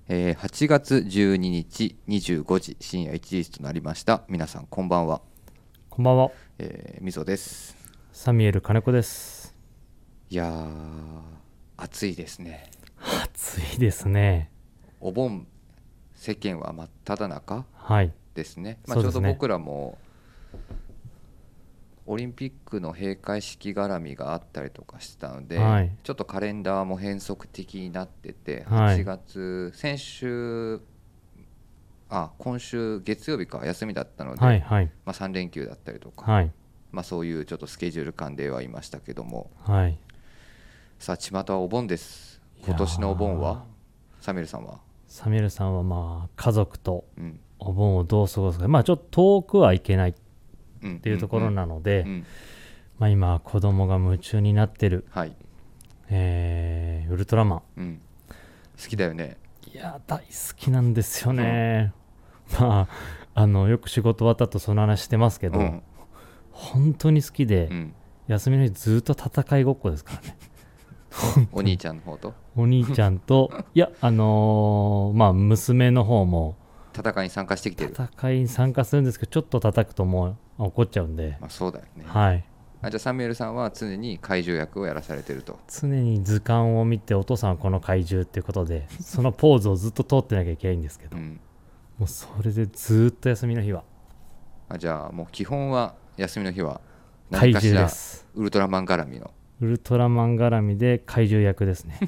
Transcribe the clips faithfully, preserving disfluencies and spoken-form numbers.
えー、はちがつじゅうににちにじゅうごじ深夜いちじとなりました。皆さんこんばんは。 こんばんは。 えー、みぞです。 サミュエル金子です。 いやー暑いですね。 暑いですね。 お盆、世間は真っ只中はいですね。まあ、 そうですねちょうど僕らもオリンピックの閉会式絡みがあったりとかしたので、 はいちょっとカレンダーも変則的になってて、 はいはちがつ先週あ今週月曜日か休みだったので、 はいはいまあ、さん連休だったりとか、 はいまあ、そういうちょっとスケジュール感ではいましたけども、 はいさあ巷はお盆です。今年のお盆はサミュエルさんは？ サミュエルさんはまあ家族とうんお盆をどう過ごすか、まあちょっと遠くはいけないっうんていうところなので、 うんうんまあ今子供が夢中になってる、 はい、 えー、ウルトラマン。 うん、好きだよね。 いや大好きなんですよね、まああのよく仕事終わった後その話してますけど、 うん本当に好きで、 うん休みの日ずっと戦いごっこですからね。 お兄ちゃんの方とお兄ちゃんといやあのーまあ娘の方も戦いに参加してきてる。 戦いに参加するんですけど、ちょっと叩くともう怒っちゃうんで、 まあそうだよね。 はいあ、じゃあサミュエルさんは常に怪獣役をやらされてると。 常に図鑑を見て、お父さんはこの怪獣っていうことでそのポーズをずっと通ってなきゃいけないんですけど、 うんもうそれでずっと休みの日はあ、じゃあもう基本は休みの日は怪何かしら獣です。 ウルトラマン絡みの。 ウルトラマン絡みで怪獣役ですね。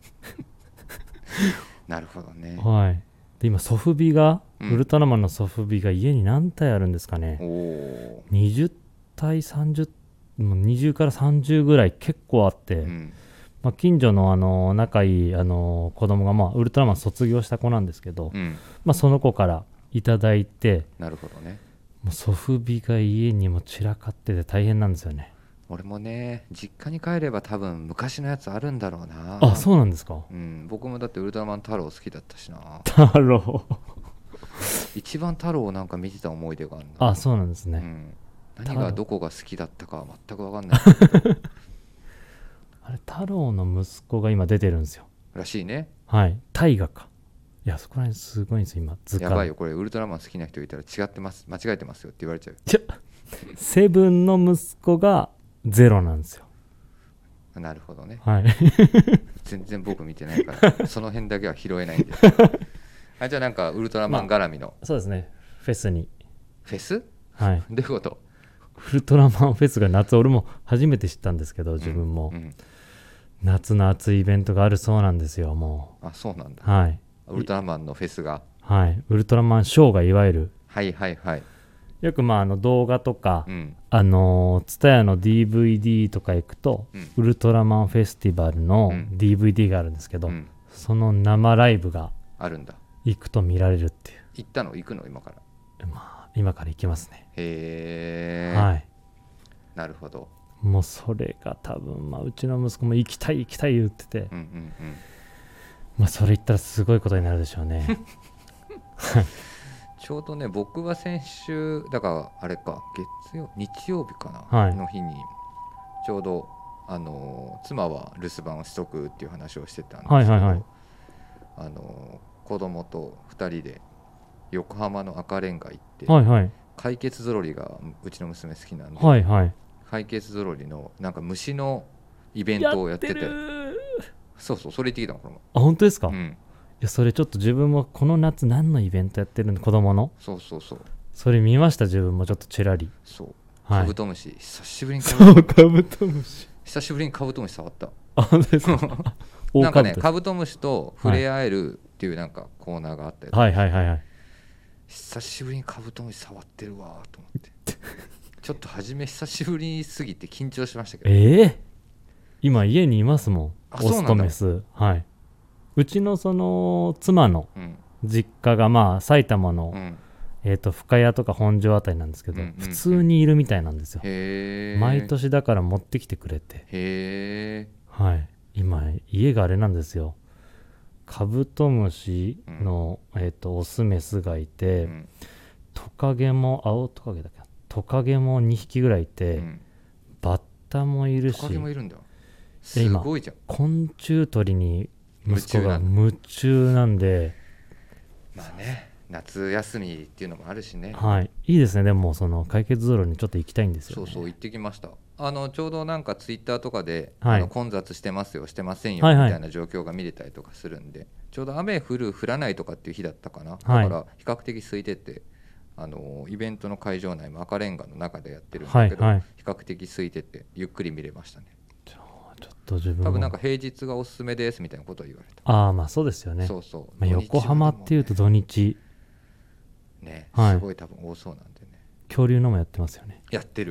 なるほどね。 はいで今ソフビが、 うんウルトラマンのソフビが家に何体あるんですかね。 おおにじゅう体さんじゅう、もうにじゅうからさんじゅうぐらい結構あって、 ー、うんまあ、近所のあの仲いいあの子供がまあウルトラマン卒業した子なんですけど、 うんまあ、その子からいただいて、 なるほどね。 もうソフビが家にも散らかってて大変なんですよね。 俺もね実家に帰れば多分昔のやつあるんだろうな。 あ、そうなんですか。 うん、僕もだってウルトラマン太郎好きだったしな。 太郎一番太郎をなんか見てた思い出があるな。 あ、そうなんですね。 うん、何太郎がどこが好きだったかは全く分かんないあれ太郎の息子が今出てるんですよ。 らしいね。 はい大河か。いやそこら辺すごいんですよ今図鑑。 やばいよこれ、ウルトラマン好きな人いたら違ってます、間違えてますよって言われちゃう。 いやセブンの息子がゼロなんですよ。 なるほどね。 はい全然僕見てないからその辺だけは拾えないんであ、じゃあなんかウルトラマン絡みのそうですね。フェスに、 フェス、 はい、 どういうこと？ ウルトラマンフェスが夏、俺も初めて知ったんですけど、自分も、 うんうん夏の暑いイベントがあるそうなんですよ。もあ、そうなんだ。 うはいウルトラマンのフェスが。 はいウルトラマンショーがいわゆる、 はいはいはい。 よくまああの動画とか、 うんあのツタヤの ディーブイディー とか行くと、 うんウルトラマンフェスティバルのうんディーブイディー があるんですけど、 うんその生ライブがあるんだ。 行くと見られるってい行ったの？行くの？今から？ う、まあ今から行きますね。 へえ、 はいなるほど。 もうそれが多分、まあ、うちの息子も行きたい行きたい言ってて、 うんうんうんまあそれ言ったらすごいことになるでしょうね。 ちょうどね僕は先週だからあれか月曜日曜日かな、 はいの日にちょうどあの妻は留守番をしとくっていう話をしてたんですけど、 はいはいはいあの子供とふたりで横浜の赤レンガ行って、 はいはい解決ぞろりがうちの娘好きなんで、 はいはい解決ぞろりのなんか虫のイベントをやってて、 やってるそうそう、それ行ってきたのこのあ、本当ですか、 前。ういん、 やそれちょっと自分もこの夏何のイベントやってるの、子供のそうそうそうそれ見ました。自分もちょっとちらり。 そう、 はいカブトムシ久しぶりにカブそうカブトムシ久しぶりにカブトムシ触った。 あ、本当ですかなんかね大カブトムシと触れ合えるっていうなんかコーナーがあったり、 はいはいはいはい。 久しぶりにカブトムシ触ってるわと思ってちょっと初め久しぶりすぎて緊張しましたけど、 ええ今家にいますもん、オスあそうなんだとメス。はい。うちのその妻のうん実家がまあ埼玉の、 うん、 えーと深谷とか本庄あたりなんですけど、 うんうんうん普通にいるみたいなんですよ。 へえ、 毎年だから持ってきてくれて、 へえ、 はい。今家があれなんですよ。カブトムシの、えーとオスメスがいて、 うんトカゲも青トカゲだっけな、トカゲもにひきぐらいいて、 うん、 バッタもいるし、 トカゲもいるんだ。 ですごいじゃん。 昆虫取りに息子が夢夢中なんで、 まあね、夏休みっていうのもあるしね。 はい、いいですね。でもその解決道路にちょっと行きたいんですよね。 そうそう行ってきました。あのちょうどなんかツイッターとかで、 はい、 あの混雑してますよしてませんよみたいな状況が見れたりとかするんで、はいはい、ちょうど雨降る降らないとかっていう日だったかな、だから比較的空いてて、あのイベントの会場内も赤レンガの中でやってるんだけど、はいはい、比較的空いててゆっくり見れましたね。 ちょっと自分多分なんか平日がおすすめですみたいなことを言われた。 ああまあそうですよね。 そうそう、 まあ、横浜っていうと土日ね、 はい、 すごい多分多そうなんでね。 恐竜のもやってますよね。 やってる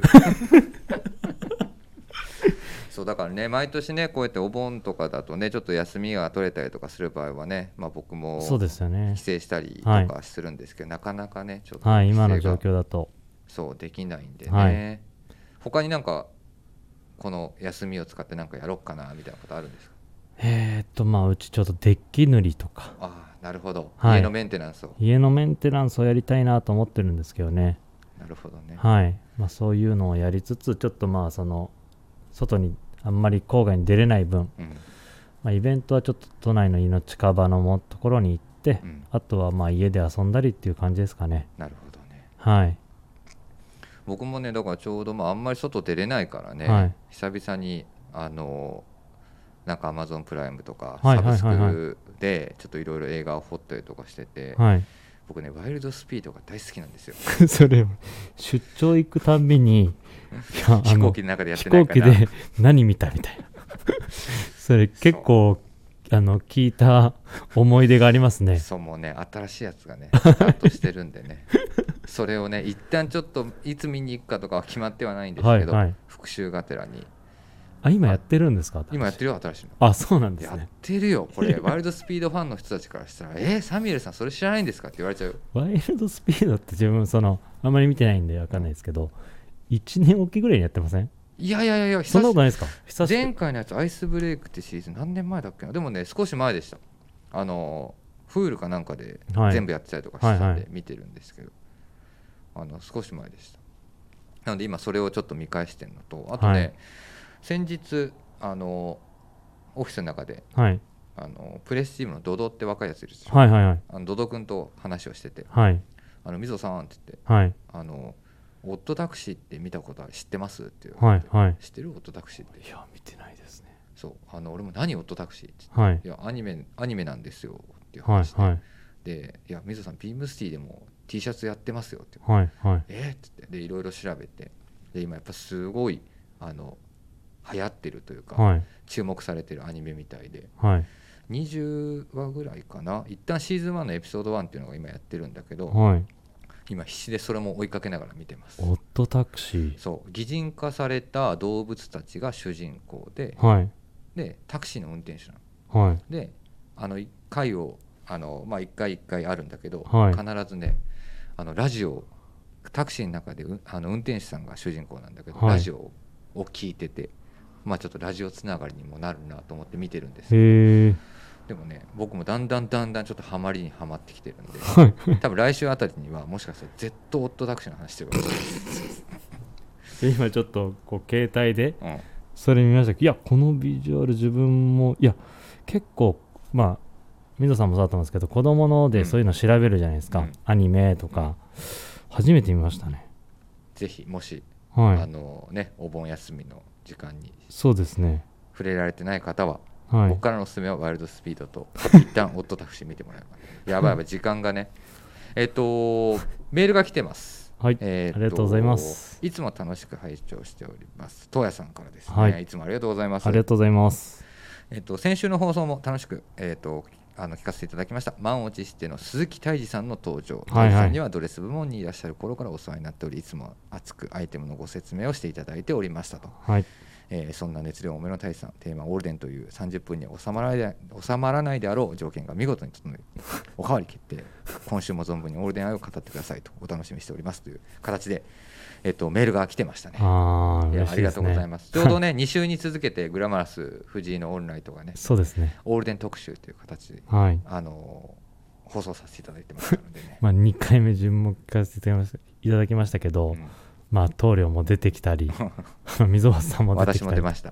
そうだからね、毎年ねこうやってお盆とかだとねちょっと休みが取れたりとかする場合はね、まあ、僕もそうですよね、 帰省したりとかするんですけど、はい、なかなかねちょっとはい、今の状況だとそうできないんでね、 はい、 他になんかこの休みを使ってなんかやろうかなみたいなことあるんですか？ えー、っとまあうちちょっとデッキ塗りとか。 ああなるほど、 はい、 家のメンテナンスを家のメンテナンスをやりたいなと思ってるんですけどね。 なるほどね、 はい、まあ、そういうのをやりつつちょっとまあその外にあんまり郊外に出れない分、うん、まあ、イベントはちょっと都内の家の近場のところに行って、うん、あとはまあ家で遊んだりっていう感じですかね。 なるほどね。 はい、 僕もねだからちょうどまああんまり外出れないからね、 はい、 久々にあのなんか Amazon プライムとかサブスクでちょっといろいろ映画を掘ったりとかしてて、 はい、 僕ねワイルドスピードが大好きなんですよそれ出張行くたんびに飛行機の中でやってないかな、 飛行機で何見たみたいなそれ結構あの聞いた思い出がありますね。 そうもうね新しいやつがねスタートしてるんでねそれをね一旦ちょっといつ見に行くかとかは決まってはないんですけど、はいはい、復習がてらにあ今やってるんですか？ 今やってるよ新しいの。 あそうなんですね。 やってるよこれワイルドスピードファンの人たちからしたらえー、サミュエルさんそれ知らないんですかって言われちゃう。 ワイルドスピードって自分そのあんまり見てないんで分かんないですけどいちねんおきぐらいにやってません？ いやいやいやそんなことないですか？ 久し前回のやつアイスブレイクってシリーズ何年前だっけな。でもね少し前でした。あのフールかなんかで全部やってたりとかしてたんで見てるんですけど、はいはいはい、あの少し前でした。なので今それをちょっと見返してるのとあとね、はい、先日あのオフィスの中で、はい、あのプレスチームのドドって若いやついるんですよ、はいはいはい、あのドド君と話をしてて、はい、あの溝さんって言って、はい、あのオットタクシーって見たことは知ってますって言われて、はいはい、知ってるオットタクシーって。 いや見てないですね。 そうあの俺も何オットタクシーって言って、はい、いやアニメアニメなんですよっていう話で、はいはい、でいや溝さんビームスティでも T シャツやってますよって言って、はいはい、えー、って言ってでいろいろ調べてで今やっぱすごいあの流行ってるというか、はい、注目されてるアニメみたいで、はい、にじゅうわぐらいかな。一旦シーズンワンのエピソードワンっていうのが今やってるんだけど、はい、今必死でそれも追いかけながら見てます。 オットタクシー。 そう擬人化された動物たちが主人公で、 はい、 でタクシーの運転手なの、はい、であの回をあの、まあ、いっかいいっかいあるんだけど、はい、必ずねあのラジオタクシーの中であの運転手さんが主人公なんだけど、はい、ラジオを聞いてて、まあ、ちょっとラジオつながりにもなるなと思って見てるんですけど、でもね僕もだんだんだんだんちょっとハマりにはまってきてるんで多分来週あたりにはもしかしたら Z オットタクシーの話してるかもしれない今ちょっとこう携帯でそれ見ましたけど、いやこのビジュアル自分もいや結構まあ水野さんもそうだと思うんですけど子供のでそういうの調べるじゃないですか、うん、アニメとか、うん、初めて見ましたね。 ぜひもし、 はい、 あのねお盆休みの時間にそうですね触れられてない方は、はい、僕からのおすすめはワイルドスピードと一旦オットタクシー見てもらえばやばいやばい時間がねえっとメールが来てます。 はい、えー、ありがとうございます。 いつも楽しく拝聴しております東野さんからですね、 はい、 いつもありがとうございます。 ありがとうございます。 えっと先週の放送も楽しく、えっとあの聞かせていただきました。満を持しての鈴木泰治さんの登場、はいはい、泰治さんにはドレス部門にいらっしゃる頃からお世話になっておりいつも熱くアイテムのご説明をしていただいておりましたと、はい、えー、そんな熱量多めの泰治さんテーマオールデンというさんじゅっぷんに収まらないで、収まらないであろう条件が見事に整いおかわり決定今週も存分にオールデン愛を語ってくださいとお楽しみにしておりますという形で、えっと、メールが来てましたね。 あ、 いや、ありがとうございます。ちょうどねに週に続けてグラマラス藤井のオンライトがねそうですねオールデン特集という形で、 はい、 あの放送させていただいてますのでねまあにかいめ順も聞かせていただきましたけど、うん、まあ棟梁も出てきたり溝端さんも出てきたり私も出ました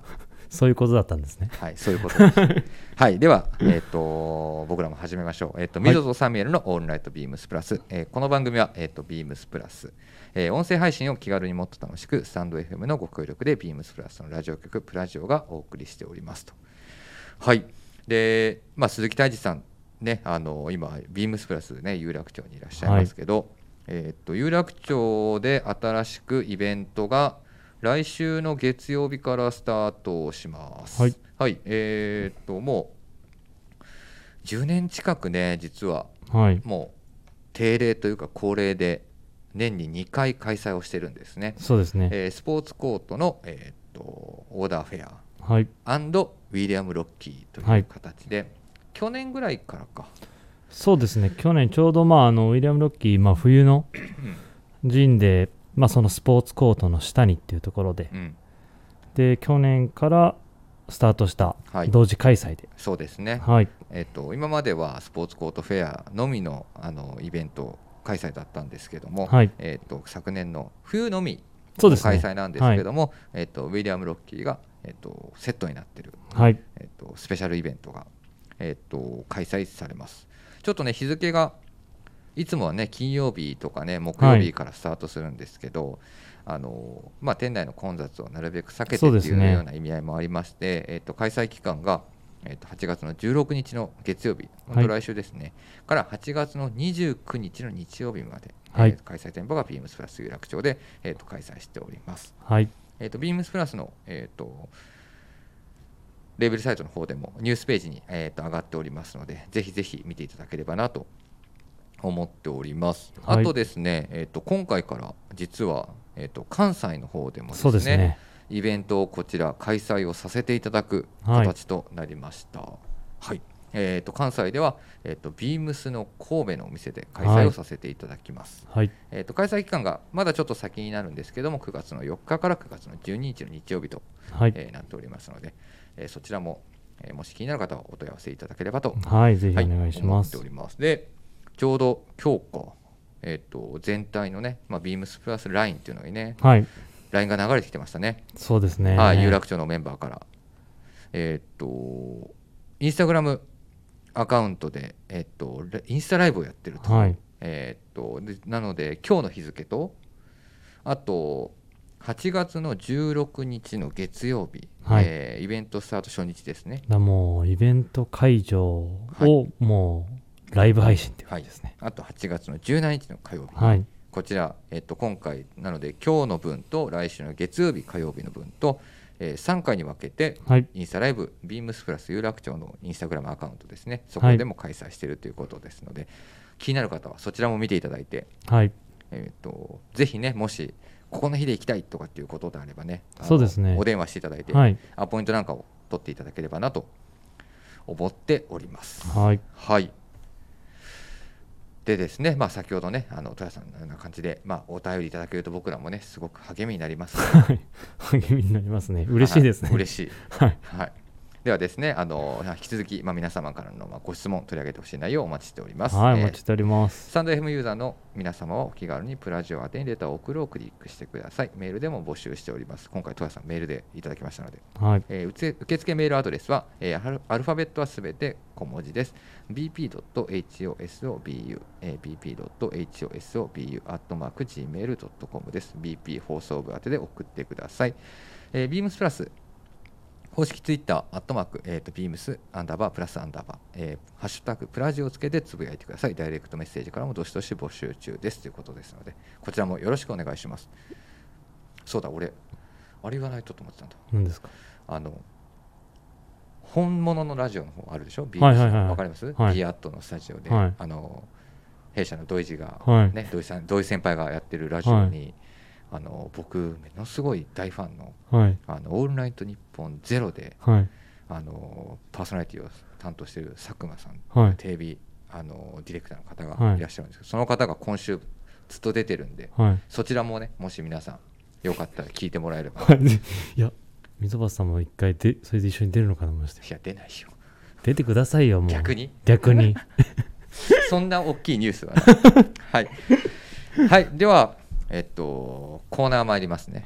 そういうことだったんですね。 はい、そういうことです。はい、では、えー、と僕らも始めましょう。えー、とミゾとサミュエルのオールナイトビームスプラス、えー、この番組は、えー、とビームスプラス、えー、音声配信を気軽にもっと楽しく、スタンド エフエム のご協力でビームスプラスのラジオ局プラジオがお送りしておりますと。はい、で、まあ、鈴木泰治さんね、あの今ビームスプラスね有楽町にいらっしゃいますけど、はい、えー、と有楽町で新しくイベントが来週の月曜日からスタートします。はい、はい、えー、っともうじゅうねん近くね、実はもう定例というか恒例で年ににかい開催をしてるんですね。 そうですね、 えー、スポーツコートの、えー、っとオーダーフェア、 はい、 アンドウィリアム・ロッキーという形で、はい、去年ぐらいからか。 そうですね、去年ちょうど、まあ、あのウィリアム・ロッキー、まあ、冬の陣でまあ、そのスポーツコートの下にっていうところで、うん、で去年からスタートした同時開催で、はい、 そうですね、 はい、 えー、と今まではスポーツコートフェアのみ の, あのイベント開催だったんですけども、はい、えー、と昨年の冬のみの開催なんですけども、ね、はい、えー、とウィリアム・ロッキーが、えー、とセットになっている、はい、えー、とスペシャルイベントが、えー、と開催されます。ちょっとね日付がいつもはね金曜日とかね木曜日からスタートするんですけど、はい、あのまあ、店内の混雑をなるべく避けてっていうような意味合いもありまして、ね、えー、と開催期間が、えー、とはちがつのじゅうろくにちの月曜日、本当来週ですね、はい、からはちがつのにじゅうくにちの日曜日まで、はい、えー、開催店舗がビームスプラス有楽町で、えー、と開催しております。はい、えー、とビームスプラスの、えー、とレーベルサイトの方でもニュースページに、えー、と上がっておりますので、ぜひぜひ見ていただければなと思っております。はい、あとですね、えー、と今回から実は、えー、と関西の方でもですね、そうですね、イベントをこちら開催をさせていただく形となりました。はい、はい、えー、と関西では、えー、とビームスの神戸のお店で開催をさせていただきます。はい、えー、と開催期間がまだちょっと先になるんですけども、くがつのよっかからくがつのじゅうににちの日曜日と、はい、えー、なっておりますので、えー、そちらも、えー、もし気になる方はお問い合わせいただければと、 はい、ぜひお願いします。 はい、思っております。でちょうど今日か、えー、と全体のね、まあ、ビームスプラス ライン っていうのにね、はい、ライン が流れてきてましたね。 そうですね、 はい、有楽町のメンバーから、えっ、ー、とインスタグラムアカウントで、えー、とインスタライブをやってると、はい、えー、とでなので今日の日付と、あとはちがつのじゅうろくにちの月曜日、はい、えー、イベントスタート初日ですね。 だもうイベント会場を、はい、もうライブ配信っていう感じですね。 はい、あとはちがつのじゅうしちにちの火曜日、はい、こちら、えっと、今回なので今日の分と来週の月曜日火曜日の分と、えー、さんかいに分けて、はい、インスタライブビームスプラス有楽町のインスタグラムアカウントですね、そこでも開催しているということですので、はい、気になる方はそちらも見ていただいて、はい、えー、とぜひね、もしここの日で行きたいとかっていうことであればね、 そうですね、 お電話していただいて、はい、アポイントなんかを取っていただければなと思っております。はい、はい、でですね、まあ、先ほどね、あの戸谷さんのような感じで、まあ、お便りいただけると僕らもねすごく励みになります、 ね、励みになりますね。嬉しいですね。 はい、嬉しい、はいはい、ではですね、あの引き続き、まあ、皆様からのまあご質問取り上げてほしい内容をお待ちしております。 はい、お待ちしております。 スタンド エフエム ユーザーの皆様はお気軽にプラジオ宛てにレターを送るをクリックしてください。メールでも募集しております。今回戸谷さんメールでいただきましたので、はい、えー、受付メールアドレスは、えー、アルファベットはすべて小文字です。ビーピードットエイチオーエスオービーユー、えー、ビーピードットエイチオーエスオービーユー アットマーク ジーメールドットコム です。ビーピー 放送部宛てで送ってください。えー、ビームスプラス公式ツイッター、アットマーク、えーと、ビームスアンダーバープラスアンダーバー、えー、ハッシュタグプラジをつけてつぶやいてください。ダイレクトメッセージからもどしどし募集中ですということですので、こちらもよろしくお願いします。そうだ、俺あれ言わないとと思ってたんだ。 何ですか？ あの本物のラジオの方あるでしょ、ビームス、はいはいはい、わかります？はい、ビーアットのスタジオで、はい、あの弊社の土井寺が、はいね、土井さん、土井先輩がやってるラジオに、はい、あの僕ものすごい大ファンの、はい、あのオールナイトニッポンゼロで、はい、あのパーソナリティを担当している佐久間さん、はい、テレビあのディレクターの方がいらっしゃるんですけど、はい、その方が今週ずっと出てるんで、はい、そちらもね、もし皆さんよかったら聞いてもらえれば。 いや、溝端さんも一回でそれで一緒に出るのかなと思いました。 いや、出ないよ。 出てくださいよ、もう。 逆に逆にそんな大きいニュースはねはい、はい、ではえっとコーナー参りますね。はい、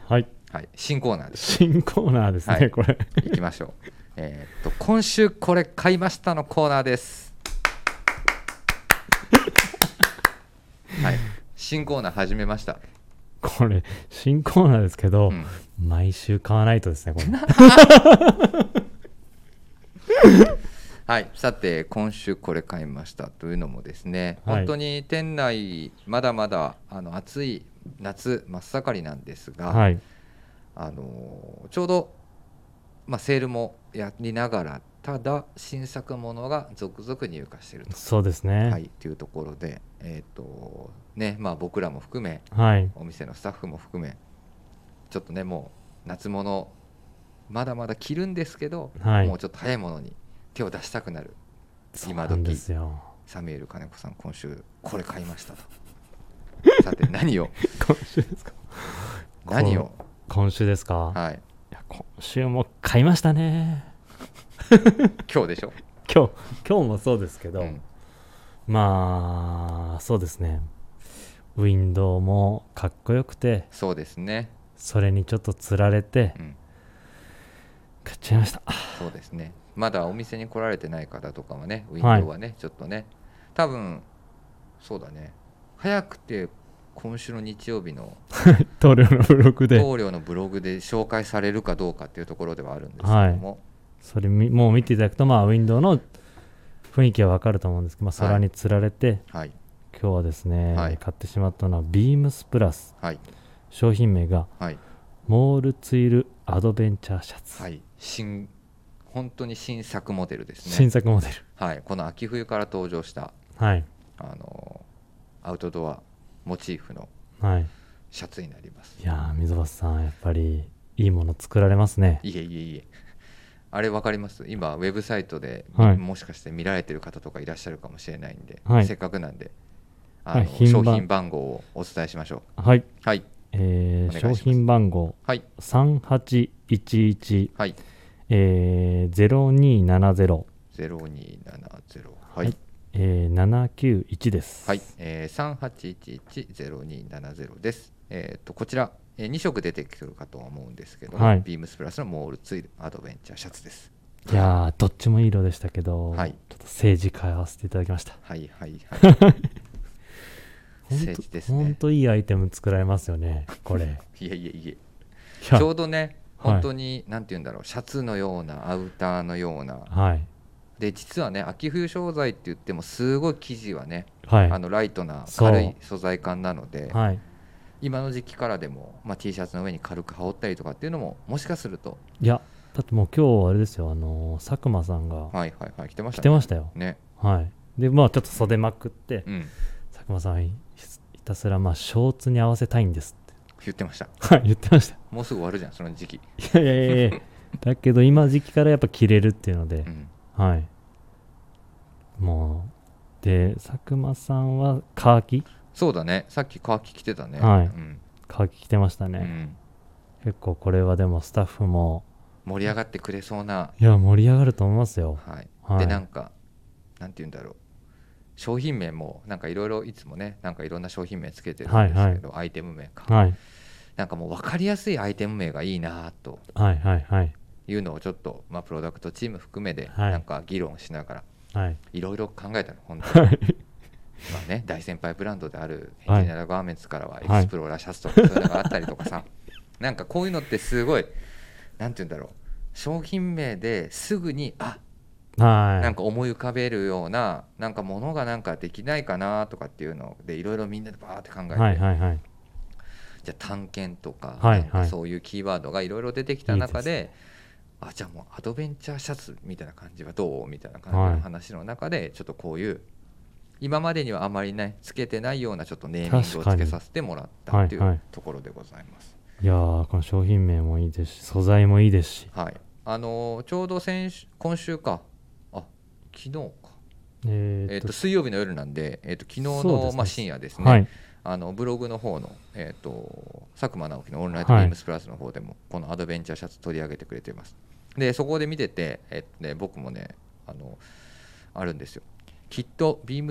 はい、新コーナーです。 新コーナーですね、はい、これいきましょう。えー、っと今週これ買いましたのコーナーです。はい、新コーナー始めました。 これ新コーナーですけど、うん、毎週買わないとですねこれはい、さて今週これ買いましたというのもですね、はい、本当に店内まだまだあの暑い夏真っ盛りなんですが、はい、あのちょうど、まあ、セールもやりながらただ新作ものが続々入荷していると、 そうですね、 はい、というところで、えーとねまあ、僕らも含め、 はい、 お店のスタッフも含めちょっとねもう夏物まだまだ着るんですけど、はい、もうちょっと早いものに手を出したくなる今時ですよ。サミュエル金子さん今週これ買いましたとさて何を今週ですか何を今週ですか、 はい、 いや今週も買いましたね今日でしょ今日今日もそうですけど、うん、まあそうですねウィンドウもかっこよくて、 そうですね、 それにちょっとつられて、うん、買っちゃいました。 そうですね、まだお店に来られてない方とかはねウィンドウはね、はい、ちょっとね多分そうだね早くて今週の日曜日の棟梁のブログで棟梁のブログで紹介されるかどうかっていうところではあるんですけども、はい、 それもう見ていただくと、まあ、ウィンドウの雰囲気は分かると思うんですけど、まあ、空につられて、はい、今日はですね、はい、買ってしまったのはビームスプラス、はい、商品名が、はい、モールツイルアドベンチャーシャツ、 はい、新本当に新作モデルですね。 新作モデル、 はい、この秋冬から登場した、はい、あのアウトドアモチーフのシャツになります、 はい、いやー溝端さんやっぱりいいもの作られますね。 いえいえいえ、あれ分かります？今ウェブサイトで、はい、もしかして見られてる方とかいらっしゃるかもしれないんで、はい、せっかくなんであの、はい、商品番号をお伝えしましょう。はい、 はい、 えー、商品番号、はい、さんはちいちいち、はい、えー、ゼロにーななゼロゼロにーななゼロ、 はい、はい、えー、ななきゅういちです。 はい、えー、さんはちいちいち ゼロにーななゼロです。えー、とこちら、えー、に色出てくるかとは思うんですけども、はい、ビームスプラスのモールツイルアドベンチャーシャツです。 いやーどっちもいい色でしたけど、はい、ちょっと政治買わせていただきました。 はいはいはい政治ですね。 ほんといいアイテム作られますよねこれいやいやいやちょうどね本当に何て言うんだろう、シャツのようなアウターのような、はい、で実はね秋冬商材って言ってもすごい生地はね、はい、あのライトな軽い素材感なので、はい、今の時期からでも、まあ、T シャツの上に軽く羽織ったりとかっていうのももしかすると、 いやだってもう今日あれですよ、あのー、佐久間さんがはいはいはい来てましたね。 来てましたよね、 はい、でまあちょっと袖まくって、うん、佐久間さんひたすらまあショーツに合わせたいんですって言ってました。 はい言ってました。 もうすぐ終わるじゃんその時期。いやいやいやいやだけど今時期からやっぱ着れるっていうので、うん、はいもうで佐久間さんはカーキ、 そうだねさっきカーキ着てたね。 はい、うん、カーキ着てましたね、うん、結構これはでもスタッフも盛り上がってくれそうな。 いや盛り上がると思いますよ。 はい、はい、でなんかなんて言うんだろう、商品名もなんかいろいろいつもねなんかいろんな商品名つけてるんですけど、はいはい、アイテム名か、はい、なんかもう分かりやすいアイテム名がいいなというのをちょっと、まあ、プロダクトチーム含めでなんか議論しながらいろいろ考えたの本当に、はい、まあね大先輩ブランドであるエンジニアガーメンツからはエクスプローラーシャツとかそういうのがあったりとかさなんかこういうのってすごいなんて言うんだろう、商品名ですぐにあはい、なんか思い浮かべるようななんかものがなんかできないかなとかっていうのでいろいろみんなでバーって考えて、はいはいはい、じゃあ探検とか、はいはい、なんかそういうキーワードがいろいろ出てきた中で、いいですね、あじゃあもうアドベンチャーシャツみたいな感じはどうみたいな感じの話の中で、はい、ちょっとこういう今までにはあまりねつけてないようなちょっとネーミングをつけさせてもらったっていうところでございます。 いやーこの商品名もいいですし素材もいいですし、 はい、あのー、ちょうど先週今週か昨日か、えー、えーと水曜日の夜なんで、えー、と昨日の、ねまあ、深夜ですね、はい、あのブログの方の、えー、と佐久間直樹のオンラインビームスプラスの方でも、はい、このアドベンチャーシャツ取り上げてくれています。でそこで見てて、えーとね、僕もね あのあるんですよ。きっとビームスプ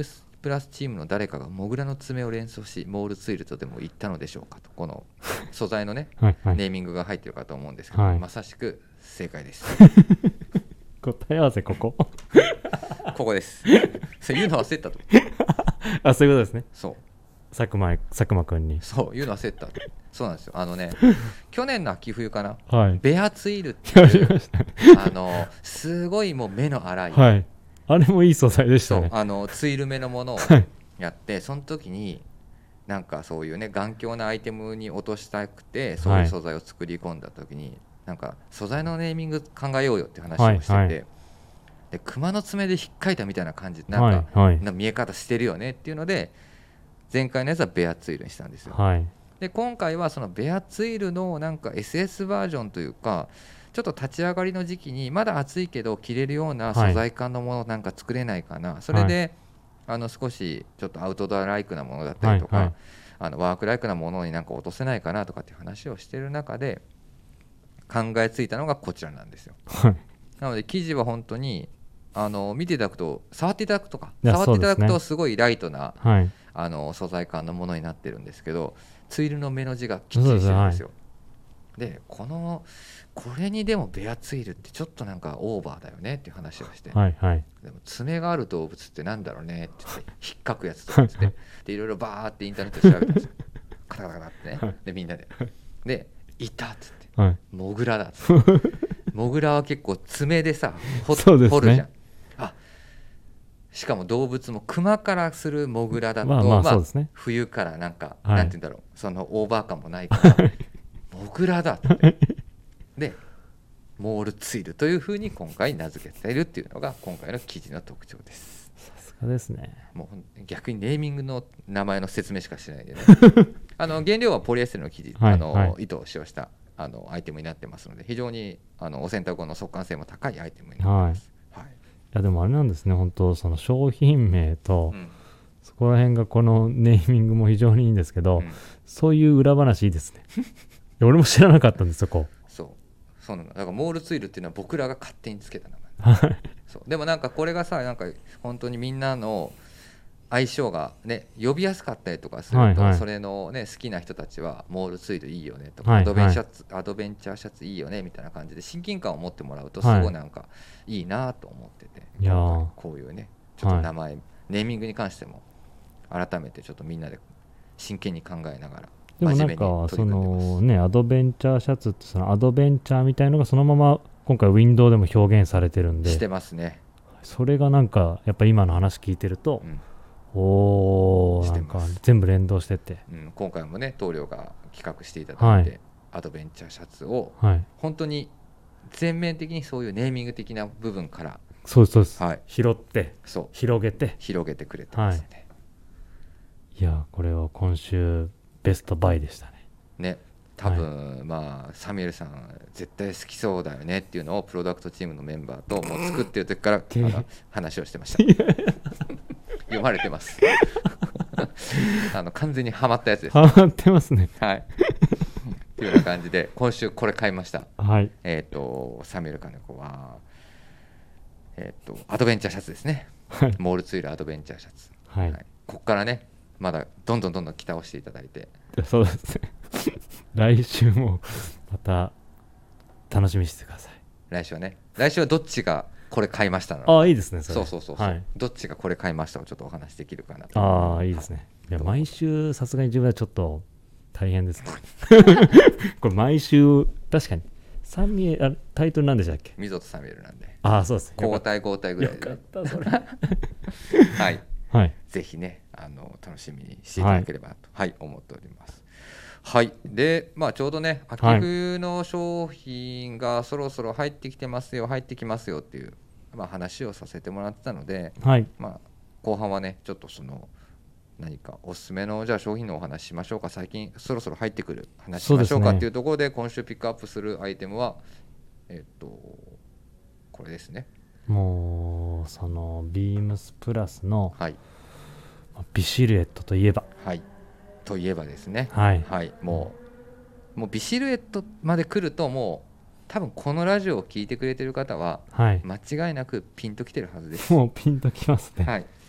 プラスチームの誰かがモグラの爪を連想しモールツイルとでも言ったのでしょうかと、この素材のねはい、はい、ネーミングが入ってるかと思うんですけど、はい、まさしく正解です答え合わせここここです。そう言うの忘れたとあ、そういうことですね。 そう佐久間佐久間くんにそう言うの忘れたとそうなんですよ。あのね去年の秋冬かな、 はい、 ベアツイルっていうあのすごいもう目の粗い、 はい、あれもいい素材でしたね。 そうあのツイル目のものをやって、はい、その時になんかそういうね頑強なアイテムに落としたくてそういう素材を作り込んだ時に、はい、なんか素材のネーミング考えようよって話をしてて、はいはい、で熊の爪で引っかいたみたいな感じなんか、はいはい、な見え方してるよねっていうので前回のやつはベアツイルにしたんですよ、はい、で今回はそのベアツイルのなんか エスエス バージョンというかちょっと立ち上がりの時期にまだ暑いけど着れるような素材感のものなんか作れないかな、はい、それであの少しちょっとアウトドアライクなものだったりとか、はいはい、あのワークライクなものになんか落とせないかなとかっていう話をしている中で考えついたのがこちらなんですよ、はい、なので生地は本当にあの見ていただくと触っていただくとか触っていただくとすごいライトな、はい、あの素材感のものになってるんですけどツイルの目の字がきっちりしてるんですよ。でこのこれにでもベアツイルってちょっとなんかオーバーだよねっていう話をして、はいはい、でも爪がある動物ってなんだろうねって言って引っかくやつとかってでいろいろバーってインターネットで調べたんですよカタカタカタってねでみんなででいたっつって、はい、モグラだっつってモグラは結構爪でさ掘るじゃん。あしかも動物もクマからするモグラだと、まあまあそうですね、冬からなんか、はい、なんて言うんだろうそのオーバー感もないからモグラだってでモールツイルというふうに今回名付けているっていうのが今回の記事の特徴です。 さすがですね。 もう逆にネーミングの名前の説明しかしてないでねあの原料はポリエステルの生地、はい、あのはい、糸を使用したあのアイテムになってますので非常にあのお洗濯後の速乾性も高いアイテムになってます、はいはい、いやでもあれなんですね本当その商品名と、うん、そこら辺がこのネーミングも非常にいいんですけど、うん、そういう裏話いいですね俺も知らなかったんですそこ。 そうそうなのだからモールツイルっていうのは僕らが勝手につけた名前そうでもなんかこれがさなんか本当にみんなの相性がね呼びやすかったりとかすると、はいはい、それのね好きな人たちはモールツイルいいよねとか、はいはい、アドベンチャーシャツ、アドベンチャーシャツいいよねみたいな感じで親近感を持ってもらうとすごいなんかいいなと思ってて、はい、こういうねちょっと名前、はい、ネーミングに関しても改めてちょっとみんなで真剣に考えながらでもなんかそのねアドベンチャーシャツってそのアドベンチャーみたいのがそのまま今回ウィンドウでも表現されてるんでしてますね。 それがなんかやっぱ今の話聞いてると、うん、おーなんか全部連動してて、 うん、今回もね棟梁が企画していただいて、はい、アドベンチャーシャツを本当に全面的にそういうネーミング的な部分からそうですそうです、はい、拾ってそう広げて広げてくれてますね、はい、 いやこれは今週ベストバイでしたね。 ね多分、はい、まあサミュエルさん絶対好きそうだよねっていうのをプロダクトチームのメンバーともう作ってる時からあの話をしてました読まれてますあの完全にハマったやつです。 ハマってますね。 はいというような感じで今週これ買いました。 はい。 えっ、ー、とサミュエル金子はえっ、ー、とアドベンチャーシャツですね。 はい、 モールツイルアドベンチャーシャツ。 はい。はい、 ここからねまだどんどんどんどん期待をしていただいて。 そうですね来週もまた楽しみにしてください。 来週はね来週はどっちがこれ買いましたのああいいですねそれ。 そうそうそうそう、はい、どっちがこれ買いましたをちょっとお話できるかなと。 ああいいですね。いや毎週さすがに自分はちょっと大変ですねこれ毎週確かにサミュエルタイトルなんでしたっけ。 溝とサミュエルなんで。 ああそうです。 交代交代ぐらいで、 ね、よかったそれはい、はい、ぜひねあの楽しみにしていただければと、はい、はい、思っております。はいでまあちょうどね秋冬の商品がそろそろ入ってきてますよ入ってきますよっていう、まあ、話をさせてもらってたので、 はい、 まあ、後半はねちょっとその何かおすすめのじゃあ商品のお話しましょうか。最近そろそろ入ってくる話しましょうかっていうところで今週ピックアップするアイテムはえっとこれですね。 もうそのビームスプラスの、 はい、 ビシルエットといえばはいといえばですね、 はいはい、もう、もうビシルエットまで来るともう多分このラジオを聞いてくれてる方は間違いなくピンときてるはずです。 もうピンときますね。 はい、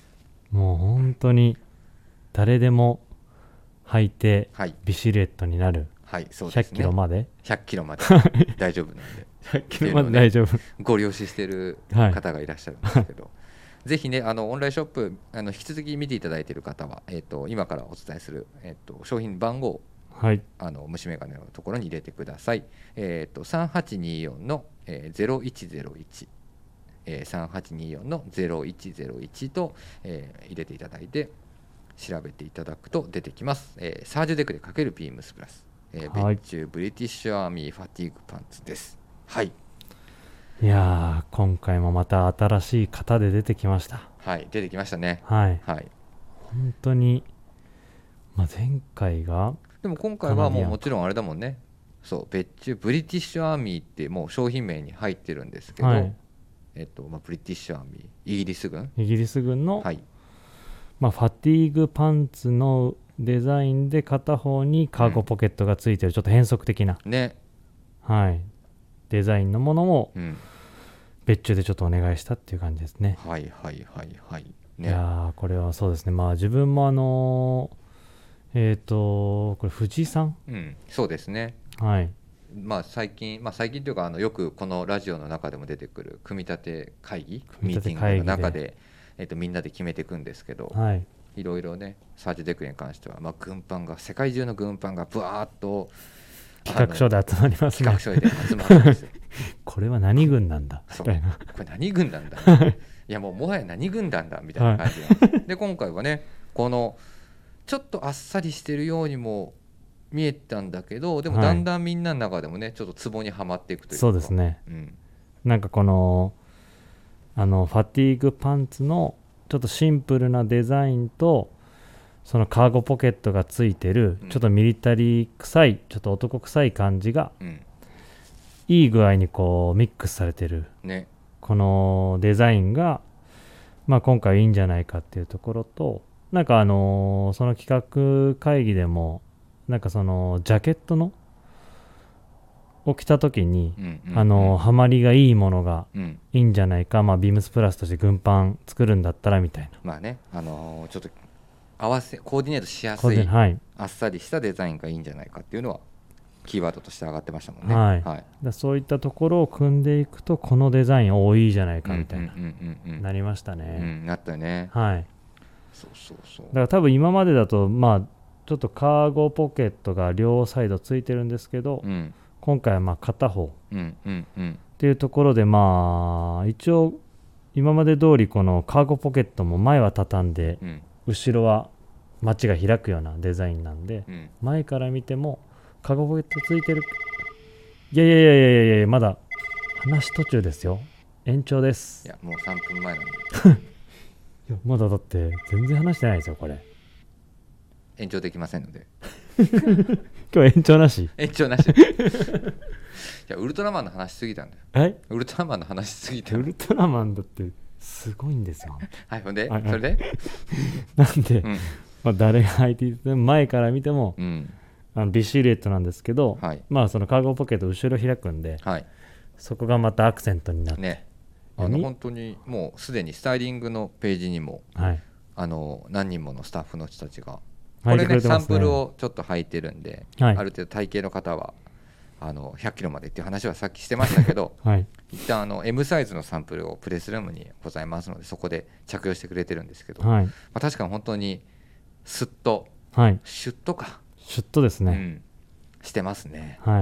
もう本当に誰でも履いてビシルエットになる、 はい、そうひゃっですね、 キロまでひゃっキロまで大丈夫なんでひゃっキロまで大丈夫、ね、 ご了承してる方がいらっしゃるんですけど、はい、ぜひねあのオンラインショップあの引き続き見ていただいている方は、えー、と今からお伝えする、えー、と商品番号、はい、あの虫眼鏡のところに入れてください。えー、とさんはちによんの、えー、ゼロいちゼロいち、えー、さんはちによんのゼロいちゼロいちと、えー、入れていただいて調べていただくと出てきます。えー、サージュデクでかけるビームスプラス、えー、別注ブリティッシュアーミーファティーグパンツです。はい。 いやー今回もまた新しい型で出てきました。 はい出てきましたね。 はい、 はい、 本当に、まあ、前回がでも今回はもうもちろんあれだもんね。そう別注ブリティッシュアーミーってもう商品名に入ってるんですけど、はい、えっとまあ、ブリティッシュアーミーイギリス軍イギリス軍の、 はい、 まあ、ファティーグパンツのデザインで片方にカーゴポケットがついてる、ちょっと変則的な、 ね、 はい、デザインのものを別注でちょっとお願いしたっていう感じですね。 はいはいはいはい、ね、 いやこれはそうですね。まあ自分もあのー、えっ、ー、とこれ藤井さん、 うん、そうですね。 はい。 まあ最近、まあ、最近というかあのよくこのラジオの中でも出てくる組み立て会議ミーティングの中で、えー、とみんなで決めていくんですけど、 はい、 いろいろねサージュデクに関しては、まあ、軍パンが世界中の軍パンがブワーッと企画書で集まりますね。 企画書で集まるんですよこれは何軍なんだみたいな、 これ何軍なんだいやもうもはや何軍団だみたいな感じなんです、はい、で今回はねこのちょっとあっさりしてるようにも見えたんだけど、でもだんだんみんなの中でもねちょっとツボにはまっていくというか、 そうですね、 うん、 なんかこのあのファティーグパンツのちょっとシンプルなデザインとそのカーゴポケットがついてる、うん、ちょっとミリタリー臭いちょっと男臭い感じが、うん、いい具合にこうミックスされてる、ね、このデザインが、まあ、今回いいんじゃないかっていうところと、なんかあのー、その企画会議でもなんかそのジャケットのを着た時に、うんうんうん、あのー、ハマりがいいものがいいんじゃないか、うん、まあ、ビームスプラスとして軍パン作るんだったらみたいな、 まあね、あのー、ちょっと合わせコーディネートしやすい、はい、あっさりしたデザインがいいんじゃないかっていうのはキーワードとして上がってましたもんね。 はいはい、だそういったところを組んでいくとこのデザイン多いじゃないかみたいな、なりましたね、 うん、なったよね。 はい。 そうそうそう。だから多分今までだとまあちょっとカーゴポケットが両サイドついてるんですけど、うん、今回はまあ片方っていうところで、まあ一応今まで通りこのカーゴポケットも前は畳んで、うん、後ろはマチが開くようなデザインなんで、うん、前から見てもカーゴポケットついてる。いやいやいやいやいや、まだ話途中ですよ。延長です。 いやもうさんぷんまえなんでいやまだだって全然話してないですよこれ。 延長できませんので今日延長なし延長なしいやウルトラマンの話しすぎたんだよ。 えウルトラマンの話しすぎた。 ウルトラマンだってすごいんですよ。 はいほんで、はいはい、それでなんで、うん、まあ、誰が履いていて前から見ても、うん、あのビシルエットなんですけど、はい、まあそのカーゴポケット後ろ開くんで、はい、そこがまたアクセントになってね、 あの本当にもうすでにスタイリングのページにも、はい、あの何人ものスタッフの人たちがこれ ね, ねサンプルをちょっと履いてるんで、はい、ある程度体型の方はあのひゃっキロまでっていう話はさっきしてましたけど、はい、一旦あの エム サイズのサンプルをプレスルームにございますのでそこで着用してくれてるんですけど、はい、まあ、確かに本当にスッと、はい、シュッとかシュッとですね、うん、 してますね。 はい、うん、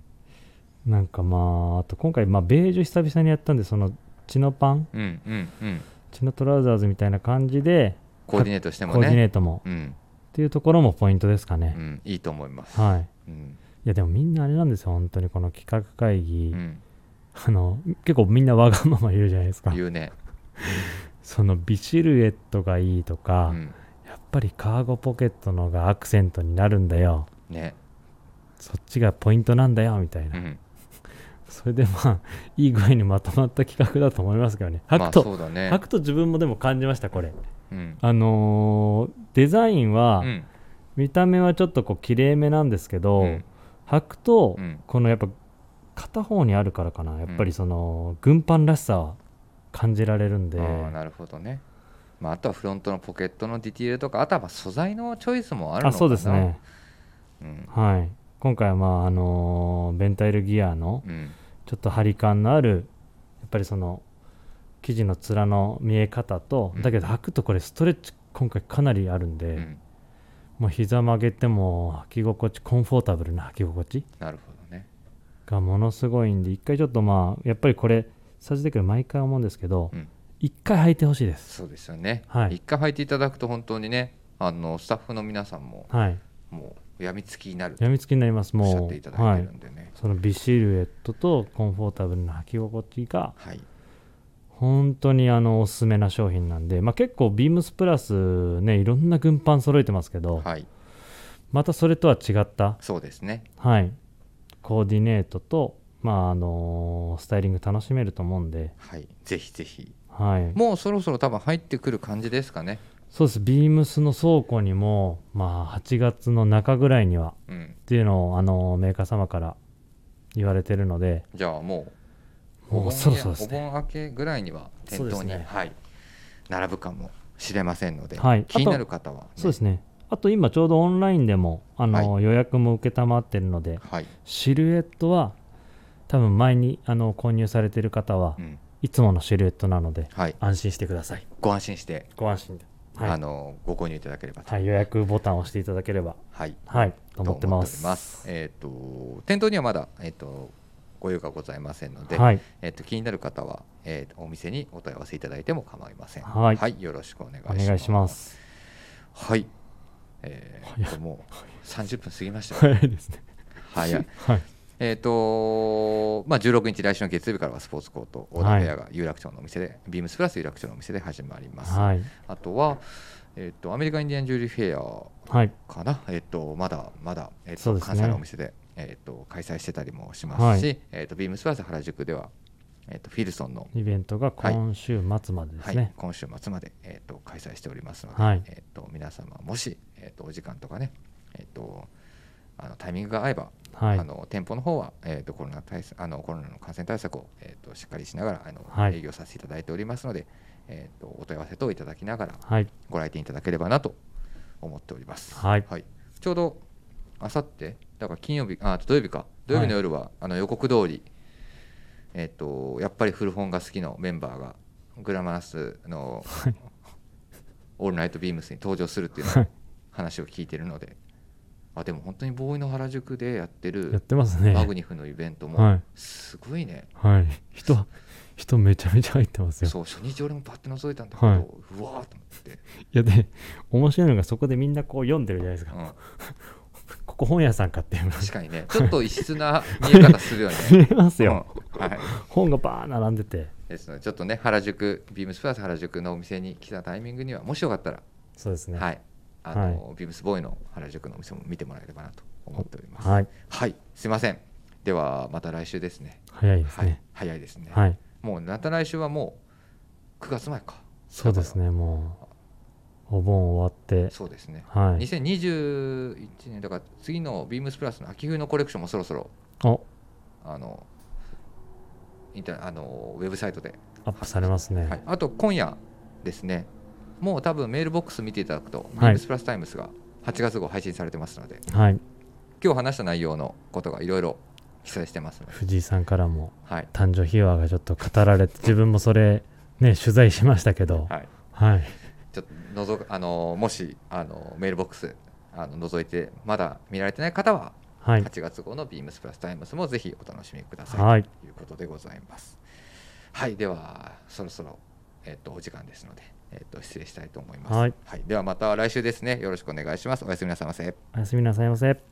なんかまああと今回まあベージュ久々にやったんでそのチノパン、うんうんうん、チノトラウザーズみたいな感じでコーディネートしてもね、 コーディネートも、うん、っていうところもポイントですかね。 うん、いいと思います。 はい、うん、いやでもみんなあれなんですよ本当にこの企画会議、うん、あの結構みんなわがまま言うじゃないですか。 言うねそのビシルエットがいいとか、うん、やっぱりカーゴポケットのがアクセントになるんだよ、ね、そっちがポイントなんだよみたいな、うん、それでまあいい具合にまとまった企画だと思いますけどね。履くと、まあそうだね、履くと自分もでも感じましたこれ、うん、あのー、デザインは、うん、見た目はちょっとこう綺麗めなんですけど、うん、履くと、うん、このやっぱ片方にあるからかなやっぱりその、うん、軍パンらしさは感じられるんで。 あ、なるほどね、 まあ、あとはフロントのポケットのディティールとか、あとはまあ素材のチョイスもあるのかな。 あ、そうですね、 うん、 はい。今回はまああのーベンタイルギアのちょっと張り感のあるやっぱりその生地の面の見え方と、うん、だけど履くとこれストレッチ今回かなりあるんで、うん、もう膝曲げても履き心地、コンフォータブルな履き心地なるほどねがものすごいんで、一回ちょっとまあやっぱりこれスタジオで毎回思うんですけど、うん、一回履いてほしいです。 そうですよね、 はい、 一回履いていただくと本当にね、あのスタッフの皆さんも、はい、もうやみつきになる、 やみつきになります。もうおっしゃっていただいてるんでね、はい、 その美シルエットとコンフォータブルな履き心地が、はい、本当にあのおすすめな商品なんで、まあ、結構ビームスプラスね、いろんな軍パン揃えてますけど、はい、またそれとは違った、 そうですね、 はい、コーディネートと、まああのー、スタイリング楽しめると思うんで、 はい、ぜひぜひ、 はい、 もうそろそろ多分入ってくる感じですかね。 そうです、ビームスの倉庫にも、まあ、はちがつの中ぐらいには、うん、っていうのを、あのー、メーカー様から言われてるので、 じゃあもうもうそろそろですね、 お盆明けぐらいには店頭に、ね、はい、並ぶかもしれませんので、 はい、 気になる方は、ね、 そうですね、あと今ちょうどオンラインでも、あの、はい、予約も承っているので、はい、シルエットは多分前にあの購入されている方は、うん、いつものシルエットなので、はい、安心してください。 ご安心してご安心で、 はい、あのご購入いただければと、 はい、予約ボタンを押していただければ、はいはい、と思ってます。 ますえー、と店頭にはまだ、えー、とご用がございませんので、はい、えー、と気になる方は、えー、とお店にお問い合わせいただいても構いません。はい、はい、よろしくお願いします。 お願いします。 はい、えー、ともうさんじゅっぷん過ぎました早いですね。 早い、はい、えーとまあ、じゅうろくにち来週の月曜日からはスポーツコートオーダーフェアが有楽町のお店で、はい、ビームスプラス有楽町のお店で始まります。はい、あとは、えー、とアメリカインディアンジュエリーフェアかな、はい、えー、とまだまだ、えー、と関西のお店で、えー、と開催してたりもしますし、はい、えー、とビームスプラス原宿では、えー、とフィルソンのイベントが今週末までですね、はいはい、 今週末まで、えー、と開催しておりますので、はい、えー、と皆様もし、えー、とお時間とかね、えー、とあのタイミングが合えば、はい、あの店舗の方は、えー、とコロナ対策あのコロナの感染対策を、えー、としっかりしながらあの、はい、営業させていただいておりますので、えー、とお問い合わせ等いただきながら、はい、ご来店いただければなと思っております。はいはい、ちょうどあさってだから金曜日あ土曜日か土曜日の夜は、はい、あの予告通り、えー、とやっぱり古本が好きのメンバーがグラマラスのオールナイトビームスに登場するっていうのを話を聞いているので、あでも本当にボーイの原宿でやってるやってますね、 マグニフのイベントもすごいね、 はい、人人めちゃめちゃ入ってますよ。 そう初日俺もパッて覗いたんだけど、はい、うわーと思って、いやで面白いのがそこでみんなこう読んでるじゃないですか、うん、ここ本屋さんかっていう。 確かにね、ちょっと異質な見え方するよね見えますよ、うん、はい、本がバー並んでてですので、ちょっとね原宿ビームスプラス原宿のお店に来たタイミングにはもしよかったら、そうですね、はい、あの、はい、ビームスボーイの原宿のお店も見てもらえればなと思っております。はい、はい、すいません。ではまた来週ですね。 早いですね。はい、 早いですね。はい、もうまた来週はもうくがつまえか。 そうですね。もうお盆終わって。 そうですね。はい、にせんにじゅういちねんだから次のビームスプラスの秋冬のコレクションもそろそろあのインタあのウェブサイトでアップされますね。 はい、あと今夜ですね。もう多分メールボックス見ていただくと、はい、ビームスプラスタイムスがはちがつ号配信されてますので、はい、今日話した内容のことがいろいろ記載してますので、 藤井さんからも、はい、誕生秘話がちょっと語られて、自分もそれ、ね、取材しましたけど、はいはい、 ちょっとのぞあのもしあのメールボックスあの覗いてまだ見られてない方は、はい、はちがつ号のビームスプラスタイムスもぜひお楽しみください、はい、ということでございます。はい、ではそろそろ、えっと、お時間ですので、えー、と失礼したいと思います。はいはい、ではまた来週ですね。よろしくお願いします。おやすみなさいませ。 おやすみなさいませ。